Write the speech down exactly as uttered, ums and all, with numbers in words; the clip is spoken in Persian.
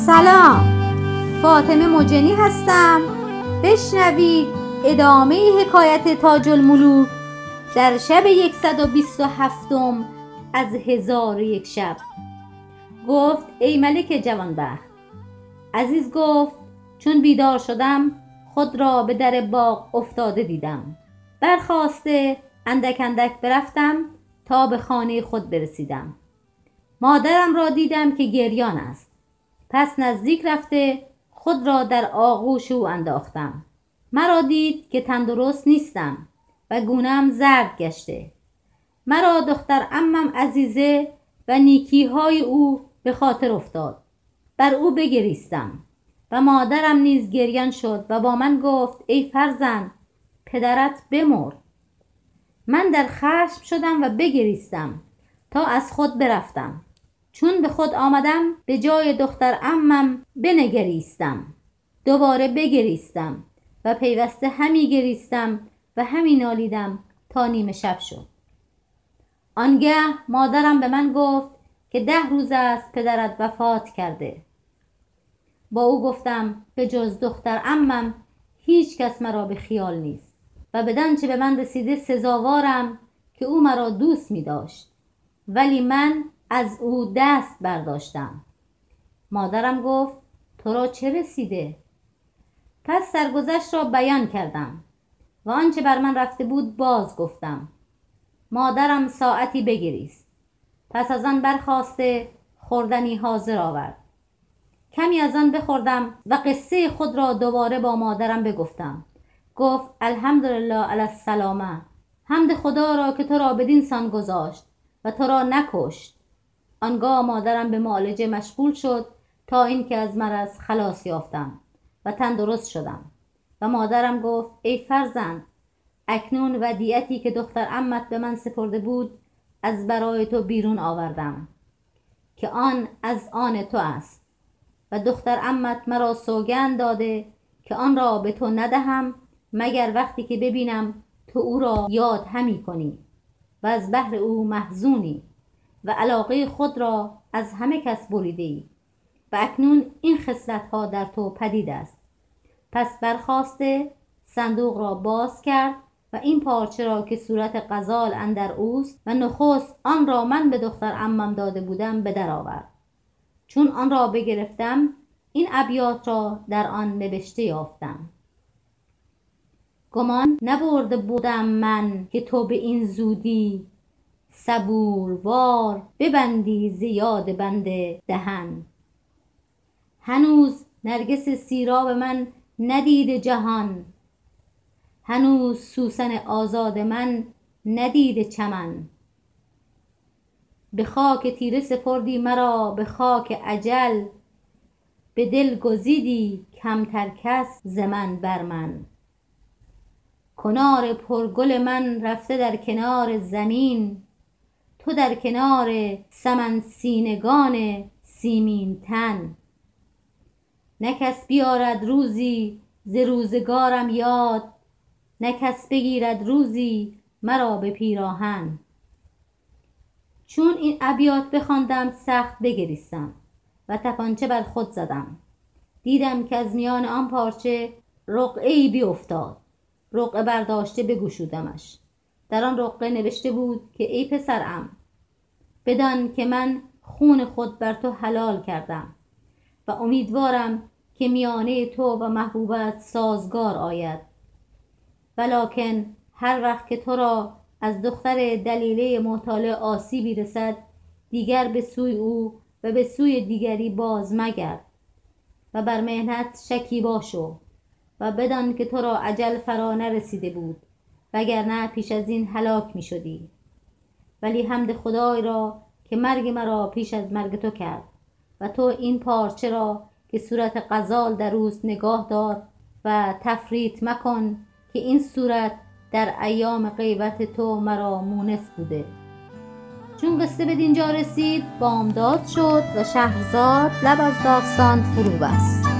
سلام، فاطمه مجنی هستم. بشنوید ادامه حکایت تاج الملوک در شب صد و بیست و هفتم از هزار و یک شب. گفت ای ملک جوانبخت. عزیز گفت چون بیدار شدم خود را به در باغ افتاده دیدم. برخاسته اندک اندک برفتم تا به خانه خود برسیدم. مادرم را دیدم که گریان است. پس نزدیک رفته خود را در آغوش او انداختم. مرا دید که تندرست نیستم و گونه‌ام زرد گشته. مرا دختر عمم عزیزه و نیکی‌های او به خاطر افتاد. بر او بگریستم و مادرم نیز گریان شد و با من گفت ای فرزند، پدرت بمرد. من در خشم شدم و بگریستم تا از خود برفتم. چون به خود آمدم به جای دختر عمم بنگریستم. دوباره بگریستم و پیوسته همی گریستم و همی نالیدم تا نیمه شب شد. آنگه مادرم به من گفت که ده روز است پدرت وفات کرده. با او گفتم به جز دختر عمم هیچ کس مرا به خیال نیست و بدان چه به من رسیده سزاوارم که او مرا دوست می داشت، ولی من از او دست برداشتم. مادرم گفت تو را چه رسیده؟ پس سرگذشت را بیان کردم و آنچه بر من رفته بود باز گفتم. مادرم ساعتی بگریست. پس از آن برخاسته خوردنی حاضر آورد. کمی از آن بخوردم و قصه خود را دوباره با مادرم بگفتم. گفت الحمدلله علی السلامه، حمد خدا را که تو را بدین سان گذاشت و تو را نکشت. آنگاه مادرم به معالجه مشغول شد تا اینکه از مرض خلاص یافتم و تندرست شدم. و مادرم گفت ای فرزند، اکنون ودیعتی که دختر عمت به من سپرده بود از برای تو بیرون آوردم که آن از آن تو است و دختر عمت مرا سوگند داده که آن را به تو ندهم مگر وقتی که ببینم تو او را یاد همی کنی و از بحر او محزونی و علاقه خود را از همه کس بریده ای و اکنون این خصلت ها در تو پدید است. پس برخاسته صندوق را باز کرد و این پارچه را که صورت غزال اندر اوست و نخست آن را من به دختر عمم داده بودم به در آورد. چون آن را بگرفتم این ابیات را در آن نوشته یافتم. گمان نبرده بودم من که تو به این زودی صبوروار ببندی زیاد بنده دهن. هنوز نرگس سیراب من ندیده جهان، هنوز سوسن آزاد من ندیده چمن. به خاک تیره سپردی مرا به خاک اجل، به دل گزیدی کمتر کس ز من بر من. کنار پرگل من رفته در کنار زمین، تو در کنار سمن سینگان سیمین تن. نه کس بیارد روزی ز روزگارم یاد، نه کس بگیرد روزی مرا به پیراهن. چون این ابیات بخواندم سخت بگریستم و تپانچه بر خود زدم. دیدم که از میان آن پارچه رقعه‌ای بیفتاد. رقعه برداشته بگشودمش. در آن رقعه نوشته بود که ای پسرم، بدان که من خون خود بر تو حلال کردم و امیدوارم که میانه تو و محبوبت سازگار آید. ولکن هر وقت که تو را از دختر دلیله محتاله آسیبی رسد، دیگر به سوی او و به سوی دیگری باز مگرد و بر مهنت شکیبا شو و بدان که تو را اجل فرا نرسیده بود، وگرنه پیش از این هلاک می شدی. ولی حمد خدای را که مرگ مرا پیش از مرگ تو کرد و تو این پارچه را که صورت غزال در اوست نگاه دار و تفریط مکن که این صورت در ایام غیبت تو مرا مونس بوده. چون قصه به دینجا رسید بامداد شد و شهرزاد لب از داستان فرو بست.